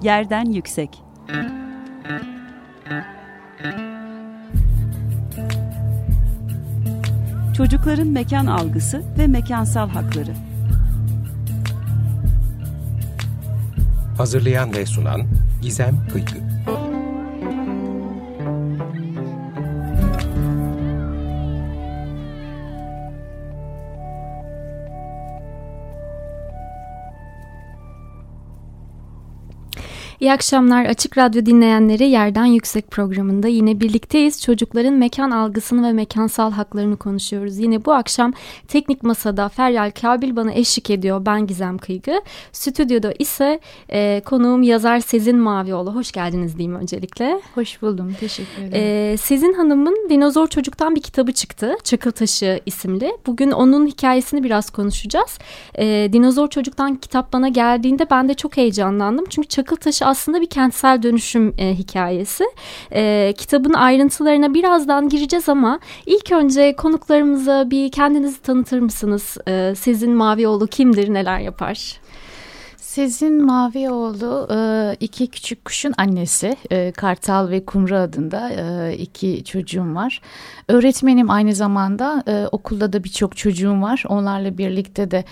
Yerden yüksek. Çocukların mekan algısı ve mekansal hakları. Hazırlayan ve sunan Gizem Kıykı. İyi akşamlar Açık Radyo dinleyenleri, Yerden Yüksek programında yine birlikteyiz. Çocukların mekan algısını ve mekansal haklarını konuşuyoruz. Yine bu akşam teknik masada Feryal Kabil bana eşlik ediyor. Ben Gizem Kıygı. Stüdyoda ise konuğum yazar Sezin Mavioğlu. Hoş geldiniz diyeyim öncelikle. Hoş buldum, teşekkür ederim. Sezin Hanım'ın Dinozor Çocuk'tan bir kitabı çıktı. Çakıltaşı isimli. Bugün onun hikayesini biraz konuşacağız. Dinozor Çocuk'tan kitap bana geldiğinde ben de çok heyecanlandım. Çünkü Çakıltaşı aslında bir kentsel dönüşüm hikayesi. Kitabın ayrıntılarına birazdan gireceğiz ama ilk önce konuklarımıza bir kendinizi tanıtır mısınız? Sezin Mavioğlu kimdir, neler yapar? Sezin Mavioğlu iki küçük kuşun annesi. Kartal ve Kumru adında iki çocuğum var. Öğretmenim aynı zamanda, okulda da birçok çocuğum var. Onlarla birlikte de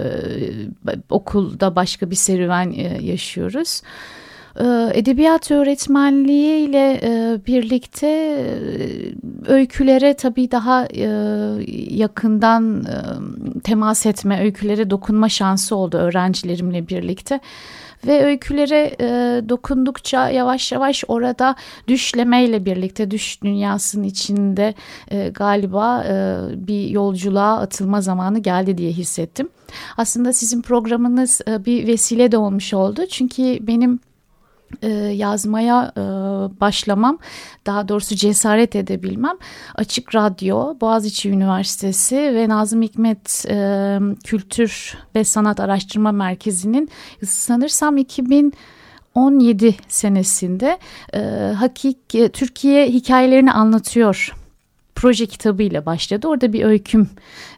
okulda başka bir serüven yaşıyoruz. Edebiyat öğretmenliğiyle birlikte öykülere tabii daha yakından temas etme, öykülere dokunma şansı oldu öğrencilerimle birlikte. Ve öykülere dokundukça yavaş yavaş orada düşlemeyle birlikte düş dünyasının içinde galiba bir yolculuğa atılma zamanı geldi diye hissettim. Aslında sizin programınız bir vesile de olmuş oldu. Çünkü benim yazmaya başlamam, daha doğrusu cesaret edebilmem, Açık Radyo, Boğaziçi Üniversitesi ve Nazım Hikmet Kültür ve Sanat Araştırma Merkezi'nin sanırsam 2017 senesinde Türkiye hikayelerini anlatıyor proje kitabıyla başladı. Orada bir öyküm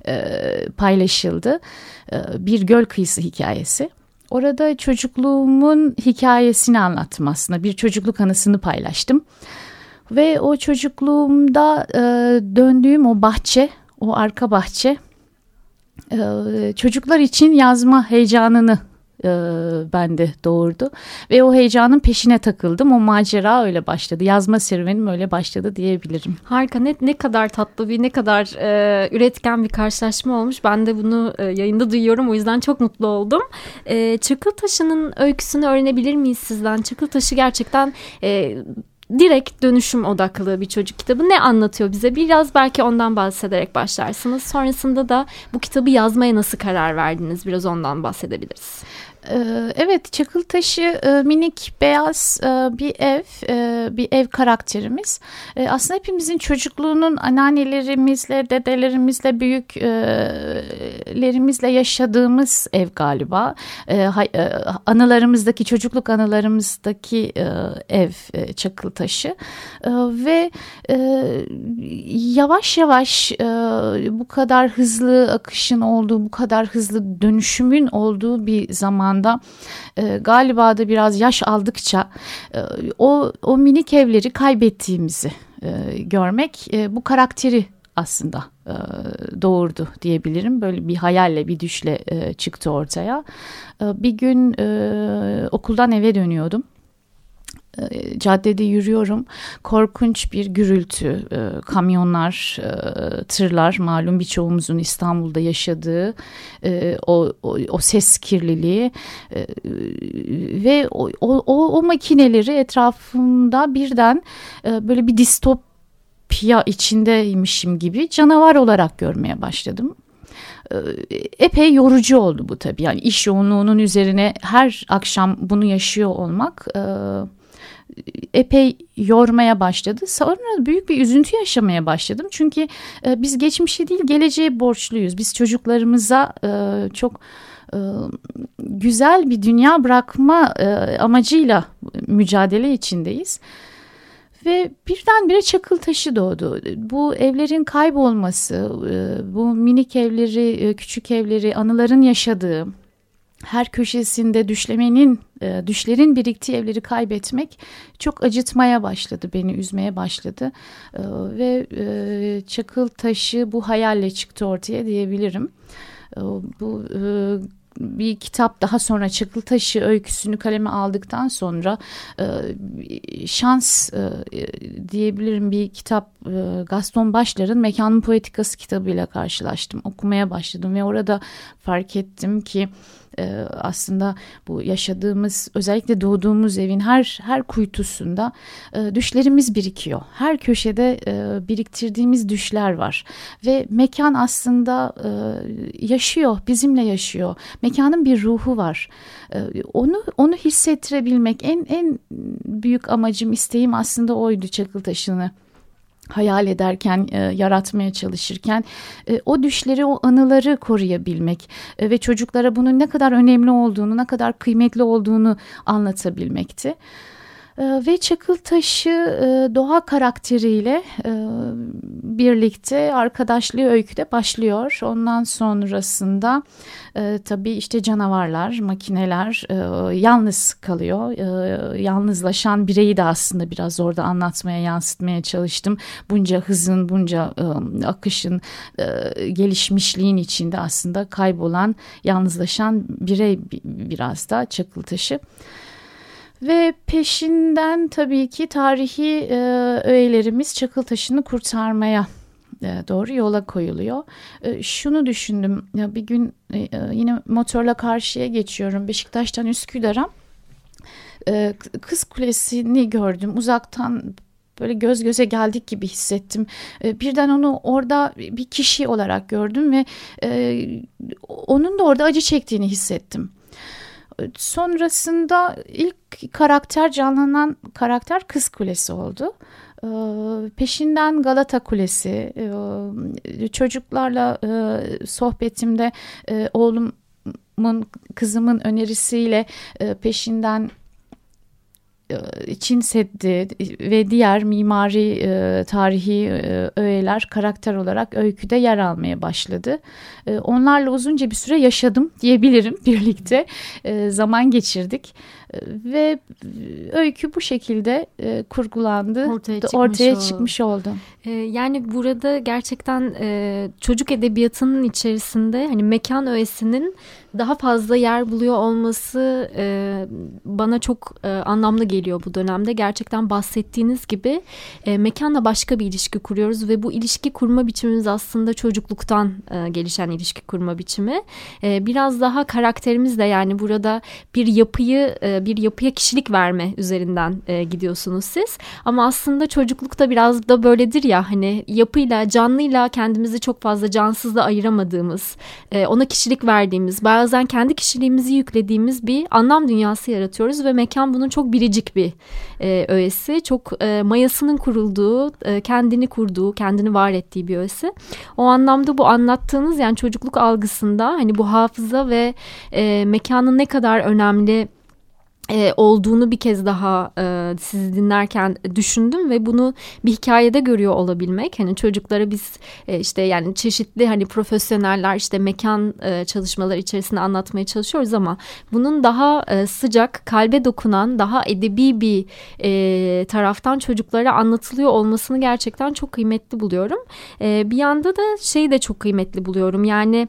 paylaşıldı. Bir göl kıyısı hikayesi. Orada çocukluğumun hikayesini anlattım aslında. Bir çocukluk anısını paylaştım. Ve o çocukluğumda döndüğüm o bahçe, o arka bahçe çocuklar için yazma heyecanını bende doğurdu. Ve o heyecanın peşine takıldım. O macera öyle başladı. Yazma serüvenim öyle başladı diyebilirim. Harika. Ne kadar tatlı bir, ne kadar üretken bir karşılaşma olmuş. Ben de bunu yayında duyuyorum. O yüzden çok mutlu oldum. Çakıltaşı'nın öyküsünü öğrenebilir miyiz sizden? Çakıltaşı gerçekten direkt dönüşüm odaklı bir çocuk kitabı. Ne anlatıyor bize? Biraz belki ondan bahsederek başlarsınız. Sonrasında da bu kitabı yazmaya nasıl karar verdiniz? Biraz ondan bahsedebiliriz. Evet, Çakıltaşı minik beyaz bir ev karakterimiz. Aslında hepimizin çocukluğunun anneannelerimizle, dedelerimizle, büyüklerimizle yaşadığımız ev galiba. Anılarımızdaki, çocukluk anılarımızdaki ev Çakıltaşı. Ve yavaş yavaş bu kadar hızlı akışın olduğu, bu kadar hızlı dönüşümün olduğu bir zamanda galiba da biraz yaş aldıkça o minik evleri kaybettiğimizi görmek bu karakteri aslında doğurdu diyebilirim. Böyle bir hayalle, bir düşle çıktı ortaya. Bir gün okuldan eve dönüyordum. Caddede yürüyorum. Korkunç bir gürültü, kamyonlar, tırlar, malum birçoğumuzun İstanbul'da yaşadığı o ses kirliliği ve o makineleri etrafımda birden böyle bir distopya içindeymişim gibi canavar olarak görmeye başladım. Epey yorucu oldu bu tabii. Yani iş yoğunluğunun üzerine her akşam bunu yaşıyor olmak epey yormaya başladı. Sonra büyük bir üzüntü yaşamaya başladım. Çünkü biz geçmişe değil geleceğe borçluyuz. Biz çocuklarımıza çok güzel bir dünya bırakma amacıyla mücadele içindeyiz. Ve birdenbire Çakıltaşı doğdu. Bu evlerin kaybolması, bu minik evleri, küçük evleri, anıların yaşadığı, her köşesinde düşlerin biriktiği evleri kaybetmek çok acıtmaya başladı, beni üzmeye başladı. Ve Çakıltaşı bu hayalle çıktı ortaya diyebilirim. Bu bir kitap, daha sonra Çakıltaşı öyküsünü kaleme aldıktan sonra şans diyebilirim, bir kitap, Gaston Bachelard'ın Mekanın Poetikası kitabıyla karşılaştım. Okumaya başladım ve orada fark ettim ki aslında bu yaşadığımız, özellikle doğduğumuz evin her kuytusunda düşlerimiz birikiyor. Her köşede biriktirdiğimiz düşler var ve mekan aslında yaşıyor, bizimle yaşıyor. Mekanın bir ruhu var. Onu hissettirebilmek en büyük amacım, isteğim aslında oydu Çakıltaşı'nı hayal ederken, yaratmaya çalışırken o düşleri, o anıları koruyabilmek ve çocuklara bunun ne kadar önemli olduğunu, ne kadar kıymetli olduğunu anlatabilmekti. Ve Çakıltaşı doğa karakteriyle birlikte arkadaşlığı öyküde başlıyor. Ondan sonrasında tabii işte canavarlar, makineler yalnız kalıyor. Yalnızlaşan bireyi de aslında biraz orada anlatmaya, yansıtmaya çalıştım. Bunca hızın, bunca akışın, gelişmişliğin içinde aslında kaybolan, yalnızlaşan birey biraz da Çakıltaşı. Ve peşinden tabii ki tarihi öğelerimiz Çakıltaşı'nı kurtarmaya doğru yola koyuluyor. Şunu düşündüm, bir gün yine motorla karşıya geçiyorum, Beşiktaş'tan Üsküdar'a. Kız Kulesi'ni gördüm uzaktan, böyle göz göze geldik gibi hissettim. Birden onu orada bir kişi olarak gördüm ve onun da orada acı çektiğini hissettim. Sonrasında ilk canlanan karakter Kız Kulesi oldu. Peşinden Galata Kulesi. Çocuklarla sohbetimde kızımın önerisiyle peşinden Çin Seddi ve diğer mimari tarihi öğeler karakter olarak öyküde yer almaya başladı. Onlarla uzunca bir süre yaşadım diyebilirim, birlikte zaman geçirdik ve öykü bu şekilde kurgulandı, ortaya çıkmış oldu. Yani burada gerçekten çocuk edebiyatının içerisinde hani mekan öğesinin daha fazla yer buluyor olması bana çok anlamlı geliyor bu dönemde. Gerçekten bahsettiğiniz gibi mekanla başka bir ilişki kuruyoruz ve bu ilişki kurma biçimimiz aslında çocukluktan gelişen ilişki kurma biçimi. Biraz daha karakterimiz de, yani burada bir yapıya kişilik verme üzerinden gidiyorsunuz siz. Ama aslında çocuklukta biraz da böyledir ya, hani yapıyla, canlıyla kendimizi çok fazla cansızla ayıramadığımız, ona kişilik verdiğimiz, bazen kendi kişiliğimizi yüklediğimiz bir anlam dünyası yaratıyoruz ve mekan bunun çok biricik bir öğesi. Çok mayasının kurulduğu, kendini kurduğu, kendini var ettiği bir öğesi. O anlamda bu anlattığınız, yani çocukluk algısında hani bu hafıza ve mekanın ne kadar önemli olduğunu bir kez daha sizi dinlerken düşündüm ve bunu bir hikayede görüyor olabilmek, hani çocuklara biz işte yani çeşitli hani profesyoneller işte mekan çalışmaları içerisinde anlatmaya çalışıyoruz ama bunun daha sıcak, kalbe dokunan, daha edebi bir taraftan çocuklara anlatılıyor olmasını gerçekten çok kıymetli buluyorum. Bir yanda da şeyi de çok kıymetli buluyorum, yani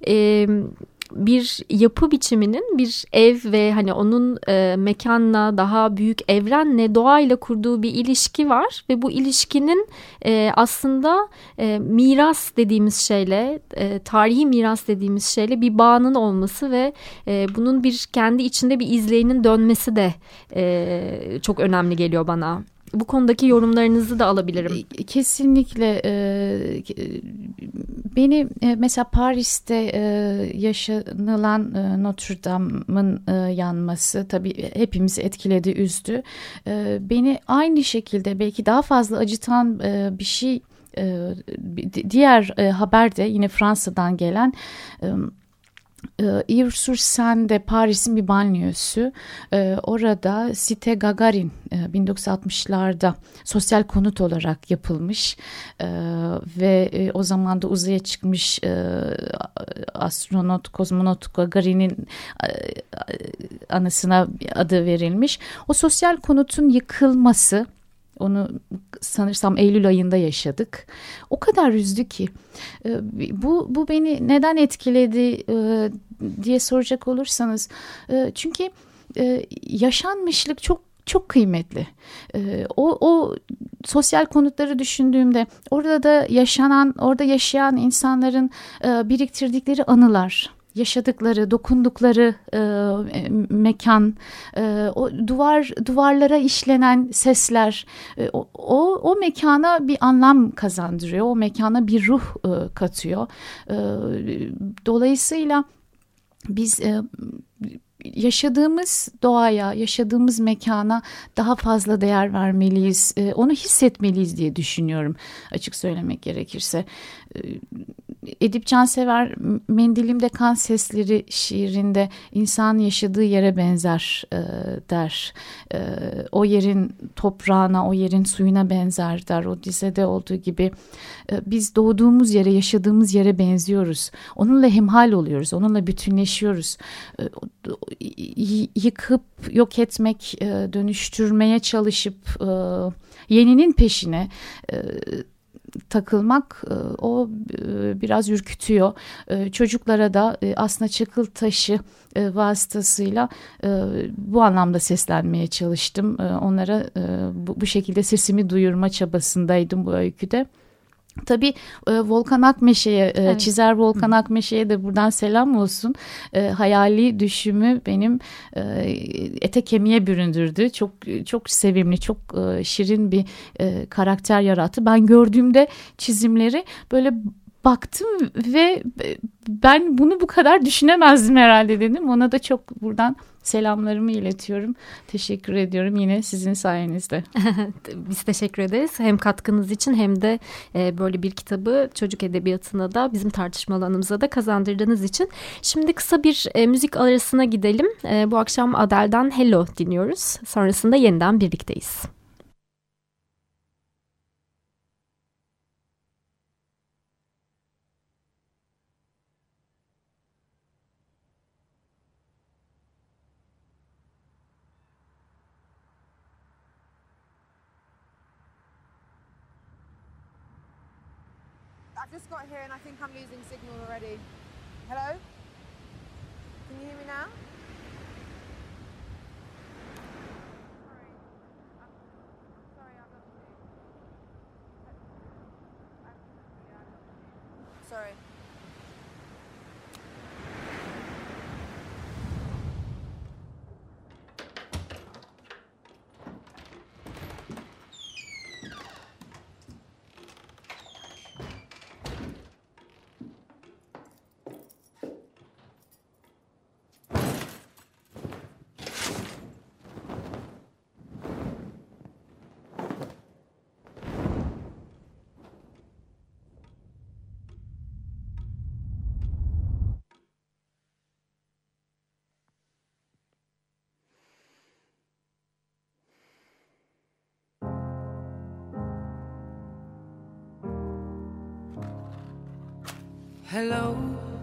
bir yapı biçiminin bir ev ve hani onun mekanla, daha büyük evrenle, doğayla kurduğu bir ilişki var ve bu ilişkinin aslında miras dediğimiz şeyle, tarihi miras dediğimiz şeyle bir bağının olması ve bunun bir kendi içinde bir izleyinin dönmesi de çok önemli geliyor bana. Bu konudaki yorumlarınızı da alabilirim. Kesinlikle. Beni mesela Paris'te yaşanılan Notre Dame'ın yanması tabii hepimizi etkiledi, üzdü. Beni aynı şekilde belki daha fazla acıtan bir şey, diğer haber de yine Fransa'dan gelen Ivry-sur-Seine'de Paris'in bir banliyösü. Orada Cité Gagarin 1960'larda sosyal konut olarak yapılmış ve o zaman da uzaya çıkmış astronot, kozmonot Gagarin'in anısına adı verilmiş. O sosyal konutun yıkılması, onu sanırsam Eylül ayında yaşadık. O kadar üzdü ki. Bu beni neden etkiledi diye soracak olursanız. Çünkü yaşanmışlık çok kıymetli. O sosyal konutları düşündüğümde orada yaşayan insanların biriktirdikleri anılar, yaşadıkları, dokundukları mekan, o duvarlara işlenen sesler, o mekana bir anlam kazandırıyor, o mekana bir ruh katıyor. Dolayısıyla biz yaşadığımız doğaya, yaşadığımız mekana daha fazla değer vermeliyiz, onu hissetmeliyiz diye düşünüyorum, açık söylemek gerekirse. Edip Cansever Mendilimde Kan Sesleri şiirinde insan yaşadığı yere benzer der. O yerin toprağına, o yerin suyuna benzer der. O dizede olduğu gibi biz doğduğumuz yere, yaşadığımız yere benziyoruz. Onunla hemhal oluyoruz, onunla bütünleşiyoruz. Yıkıp yok etmek, dönüştürmeye çalışıp yeninin peşine takılmak o biraz ürkütüyor. Çocuklara da aslında Çakıltaşı vasıtasıyla bu anlamda seslenmeye çalıştım. Onlara bu şekilde sesimi duyurma çabasındaydım bu öyküde. Tabii Volkan Akmeşe'ye, evet. Çizer Volkan Akmeşe'ye de buradan selam olsun. Hayali düşümü benim ete kemiğe büründürdü. Çok sevimli, çok şirin bir karakter yarattı. Ben gördüğümde çizimleri böyle baktım ve ben bunu bu kadar düşünemezdim herhalde dedim. Ona da çok buradan selamlarımı iletiyorum. Teşekkür ediyorum yine sizin sayenizde. Biz teşekkür ederiz. Hem katkınız için hem de böyle bir kitabı çocuk edebiyatına da bizim tartışma alanımıza da kazandırdığınız için. Şimdi kısa bir müzik arasına gidelim. Bu akşam Adele'den Hello dinliyoruz. Sonrasında yeniden birlikteyiz. I've just got here and I think I'm losing signal already. Hello? Can you hear me now? Sorry, I've lost you. Sorry. Hello,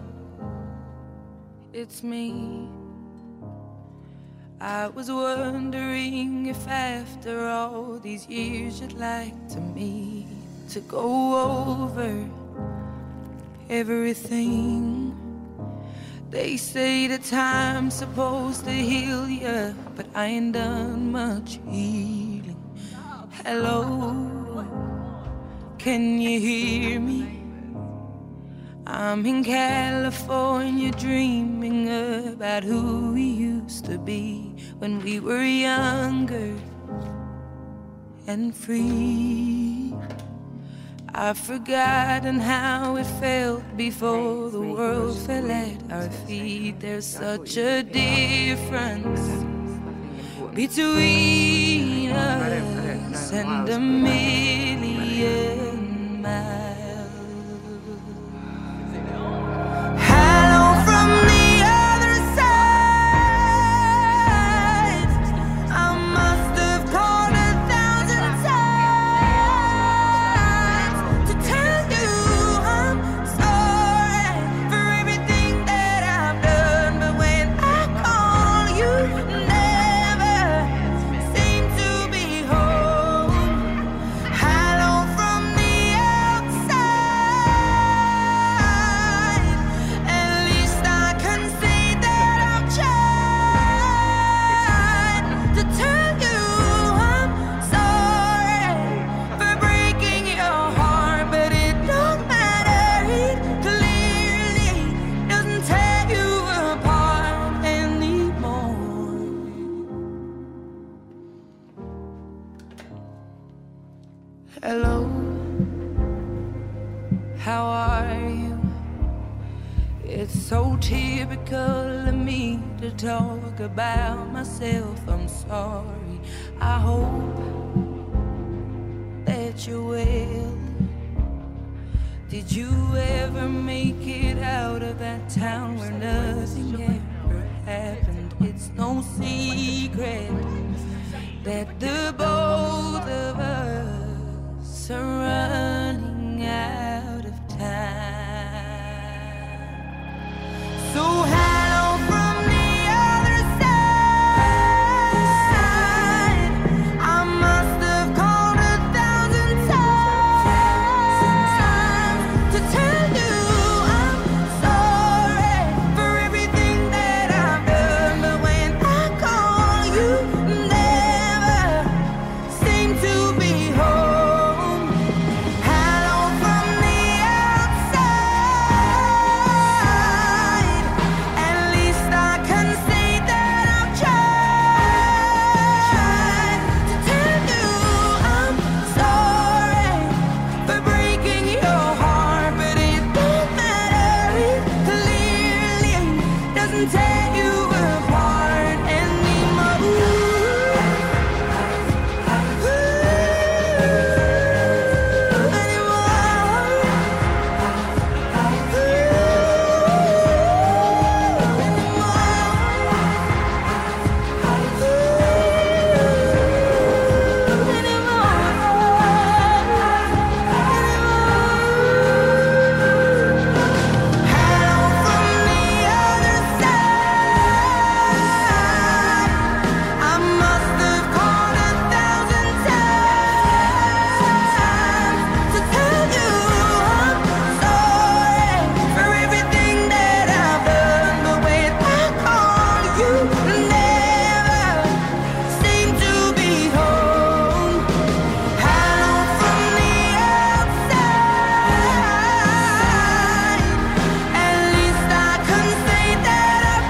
it's me. I was wondering if after all these years you'd like me to go over everything. They say the time's supposed to heal ya, but I ain't done much healing. Hello, can you hear me? I'm in California dreaming about who we used to be when we were younger and free. I've forgotten how it felt before the world fell at our feet. There's such a difference between us and a million miles. Hello from the Hello, how are you? It's so typical of me to talk about myself. I'm sorry. I hope that you're well. Did you ever make it out of that town where nothing ever happened? It's no secret that the both of us are running out of time. So hello from the other side. I must have called 1,000 times to tell you I'm sorry for everything that I've done. But when I call, you never seem to be home. Hello from the outside. At least I can say that I've tried to tell you I'm sorry for breaking your heart. But it don't matter, it clearly doesn't tear you apart anymore. I must have called 1,000 times to tell you I'm sorry for everything that I've done. But when I call, you never seem to be home. Hello from the outside. At least I can say that I've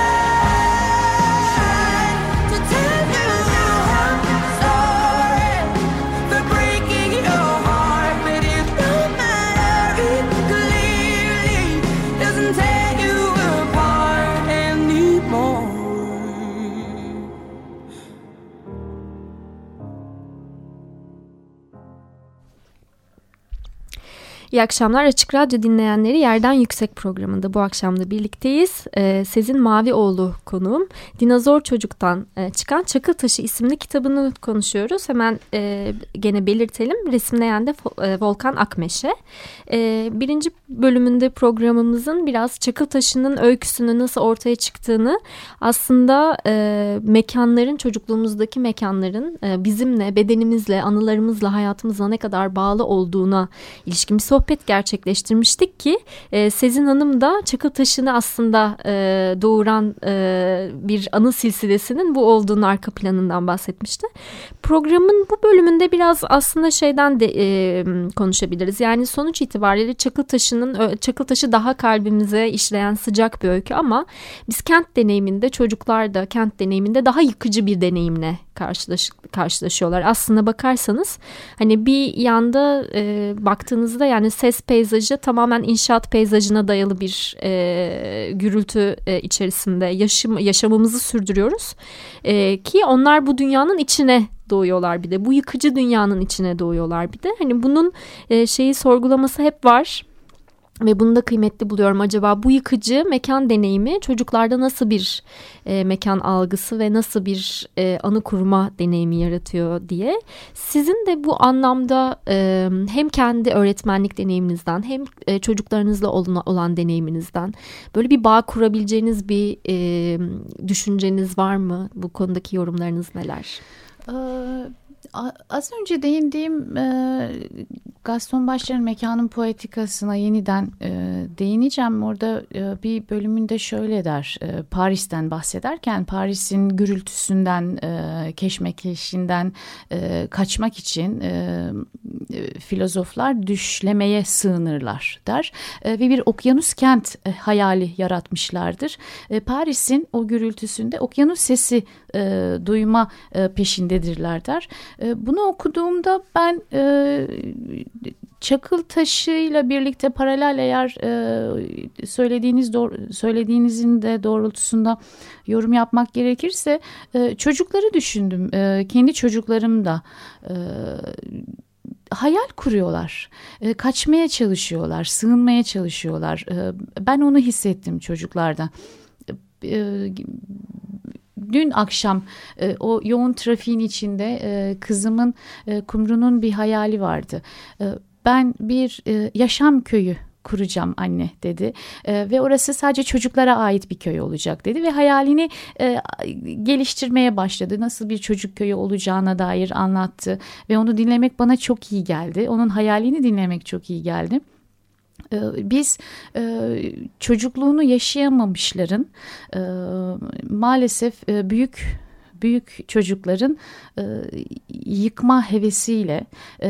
tried to tell you I'm sorry for breaking your heart. But it don't matter, it clearly doesn't tear you apart anymore. İyi akşamlar Açık Radyo dinleyenleri. Yerden Yüksek programında bu akşam da birlikteyiz. Sezin Mavioğlu konuğum. Dinozor Çocuk'tan çıkan Çakıltaşı isimli kitabını konuşuyoruz. Hemen gene belirtelim. Resimleyen de Volkan Akmeşe. Birinci bölümünde programımızın biraz Çakıltaşı'nın öyküsünü nasıl ortaya çıktığını, aslında mekanların, çocukluğumuzdaki mekanların bizimle, bedenimizle, anılarımızla, hayatımızla ne kadar bağlı olduğuna ilişkin bir sohbet gerçekleştirmiştik ki Sezin Hanım da Çakıltaşı'nı aslında doğuran bir anı silsilesinin bu olduğunu arka planından bahsetmişti. Programın bu bölümünde biraz aslında şeyden de konuşabiliriz. Yani sonuç itibariyle Çakıltaşı daha kalbimize işleyen sıcak bir öykü ama biz kent deneyiminde, çocuklar da kent deneyiminde daha yıkıcı bir deneyimle karşılaşıyorlar. Aslına bakarsanız hani bir yanda baktığınızda yani ses peyzajı tamamen inşaat peyzajına dayalı bir gürültü içerisinde yaşamımızı sürdürüyoruz. Ki onlar bu dünyanın içine doğuyorlar bir de. Bu yıkıcı dünyanın içine doğuyorlar bir de. Hani bunun şeyi sorgulaması hep var. Ve bunu da kıymetli buluyorum. Acaba bu yıkıcı mekan deneyimi çocuklarda nasıl bir mekan algısı ve nasıl bir anı kurma deneyimi yaratıyor diye. Sizin de bu anlamda hem kendi öğretmenlik deneyiminizden hem çocuklarınızla olan deneyiminizden böyle bir bağ kurabileceğiniz bir düşünceniz var mı? Bu konudaki yorumlarınız neler? Az önce değindiğim Gaston Bachelard'ın Mekanın Poetikasına yeniden değineceğim. Orada bir bölümünde şöyle der, Paris'ten bahsederken Paris'in gürültüsünden, keşmekeşinden kaçmak için filozoflar düşlemeye sığınırlar der. Ve bir okyanus kent hayali yaratmışlardır. Paris'in o gürültüsünde okyanus sesi duyma peşindedirler der. Bunu okuduğumda ben Çakıltaşı'yla birlikte paralel, eğer söylediğinizin de doğrultusunda yorum yapmak gerekirse çocukları düşündüm. Kendi çocuklarım da hayal kuruyorlar, kaçmaya çalışıyorlar, sığınmaya çalışıyorlar. Ben onu hissettim çocuklarda. Dün akşam o yoğun trafiğin içinde kızımın, Kumru'nun bir hayali vardı. Ben bir yaşam köyü kuracağım anne dedi ve orası sadece çocuklara ait bir köy olacak dedi ve hayalini geliştirmeye başladı. Nasıl bir çocuk köyü olacağına dair anlattı ve onu dinlemek bana çok iyi geldi. Onun hayalini dinlemek çok iyi geldi. Biz çocukluğunu yaşayamamışların maalesef büyük çocukların yıkma hevesiyle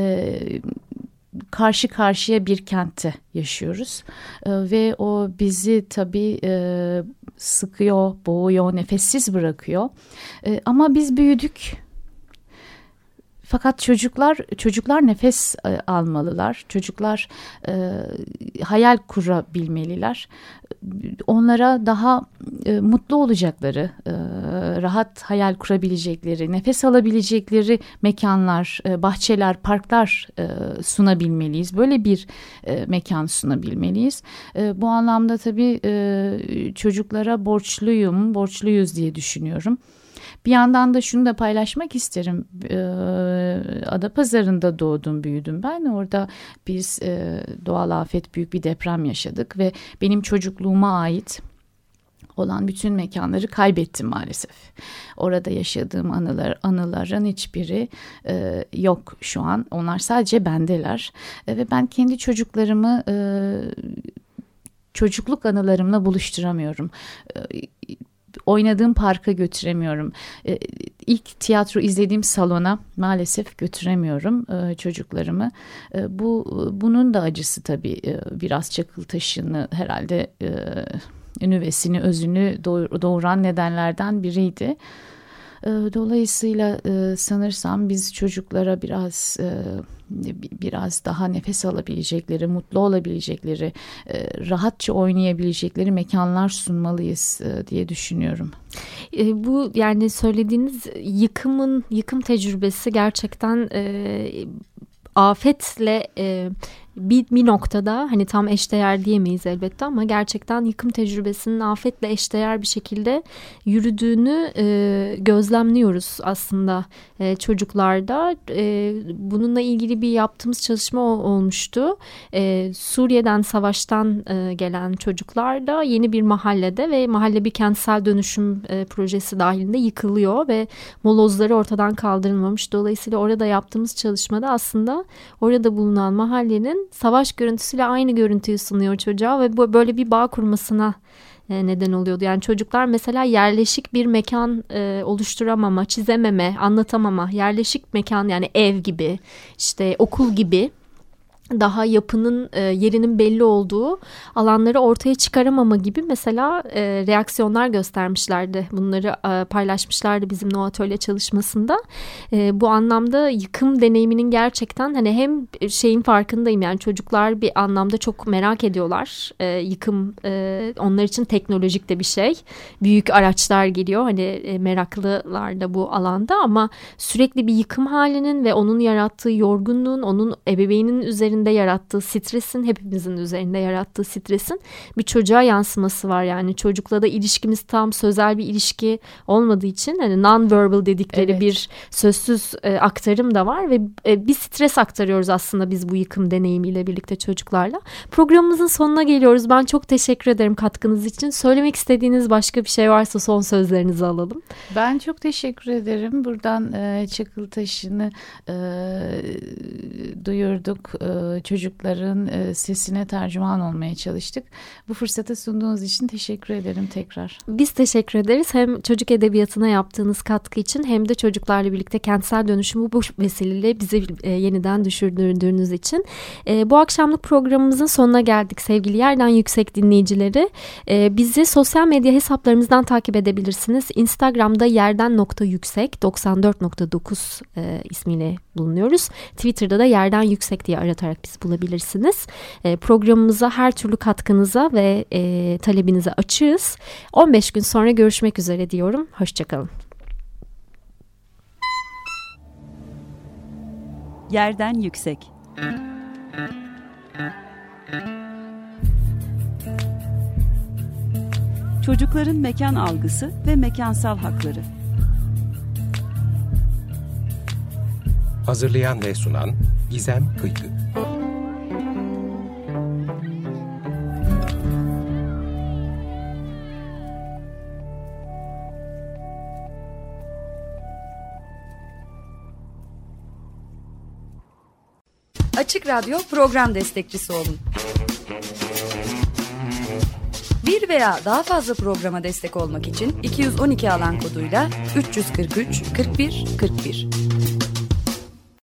karşı karşıya bir kentte yaşıyoruz ve o bizi tabii sıkıyor, boğuyor, nefessiz bırakıyor. Ama biz büyüdük. Fakat çocuklar nefes almalılar. Çocuklar hayal kurabilmeliler. Onlara daha mutlu olacakları, rahat hayal kurabilecekleri, nefes alabilecekleri mekanlar, bahçeler, parklar sunabilmeliyiz. Böyle bir mekan sunabilmeliyiz. Bu anlamda tabii çocuklara borçluyuz diye düşünüyorum. Bir yandan da şunu da paylaşmak isterim. Adapazarı'nda doğdum, büyüdüm ben. Orada biz doğal afet, büyük bir deprem yaşadık ve benim çocukluğuma ait olan bütün mekanları kaybettim maalesef. Orada yaşadığım anıların hiçbiri yok şu an. Onlar sadece bendeler. Ve ben kendi çocuklarımı çocukluk anılarımla buluşturamıyorum. Oynadığım parka götüremiyorum. İlk tiyatro izlediğim salona maalesef götüremiyorum çocuklarımı. Bunun da acısı tabii biraz Çakıltaşı'nı herhalde nüvesini, özünü doğuran nedenlerden biriydi. Dolayısıyla sanırsam biz çocuklara biraz daha nefes alabilecekleri, mutlu olabilecekleri, rahatça oynayabilecekleri mekanlar sunmalıyız diye düşünüyorum. Bu yani söylediğiniz yıkım tecrübesi gerçekten afetle bir noktada hani tam eşdeğer diyemeyiz elbette ama gerçekten yıkım tecrübesinin afetle eşdeğer bir şekilde yürüdüğünü gözlemliyoruz aslında çocuklarda. Bununla ilgili bir yaptığımız çalışma olmuştu. Suriye'den, savaştan gelen çocuklar da yeni bir mahallede ve mahalle bir kentsel dönüşüm projesi dahilinde yıkılıyor ve molozları ortadan kaldırılmamış. Dolayısıyla orada yaptığımız çalışmada aslında orada bulunan mahallenin savaş görüntüsüyle aynı görüntüyü sunuyor çocuğa ve bu böyle bir bağ kurmasına neden oluyordu. Yani çocuklar mesela yerleşik bir mekan oluşturamama, çizememe, anlatamama, yerleşik mekan yani ev gibi, işte okul gibi daha yapının yerinin belli olduğu alanları ortaya çıkaramama gibi mesela reaksiyonlar göstermişlerdi. Bunları paylaşmışlardı bizimle o atölye çalışmasında. Bu anlamda yıkım deneyiminin gerçekten hani hem şeyin farkındayım yani çocuklar bir anlamda çok merak ediyorlar. Yıkım onlar için teknolojik de bir şey. Büyük araçlar geliyor hani meraklılar da bu alanda ama sürekli bir yıkım halinin ve onun yarattığı yorgunluğun, onun ebeveynin üzerinde yarattığı stresin, hepimizin üzerinde yarattığı stresin bir çocuğa yansıması var. Yani çocukla da ilişkimiz tam sözel bir ilişki olmadığı için hani non-verbal dedikleri bir sözsüz aktarım da var ve bir stres aktarıyoruz aslında biz bu yıkım deneyimiyle birlikte çocuklarla. Programımızın sonuna geliyoruz. Ben çok teşekkür ederim katkınız için. Söylemek istediğiniz başka bir şey varsa son sözlerinizi alalım. Ben çok teşekkür ederim. Buradan Çakıltaşı'nı duyurduk. çocukların sesine tercüman olmaya çalıştık. Bu fırsatı sunduğunuz için teşekkür ederim tekrar. Biz teşekkür ederiz. Hem çocuk edebiyatına yaptığınız katkı için hem de çocuklarla birlikte kentsel dönüşümü bu vesileyle bize yeniden düşündürdüğünüz için. Bu akşamlık programımızın sonuna geldik sevgili Yerden Yüksek dinleyicileri. Bizi sosyal medya hesaplarımızdan takip edebilirsiniz. Instagram'da yerden.yüksek 94.9 ismiyle bulunuyoruz. Twitter'da da Yerden Yüksek diye aratarak bizi bulabilirsiniz. Programımıza her türlü katkınıza ve talebinize açığız. 15 gün sonra görüşmek üzere diyorum. Hoşçakalın. Yerden Yüksek. Çocukların mekan algısı ve mekansal hakları. Hazırlayan ve sunan Gizem Kıykı. Açık Radyo program destekçisi olun. Bir veya daha fazla programa destek olmak için 212 alan koduyla 343 41 41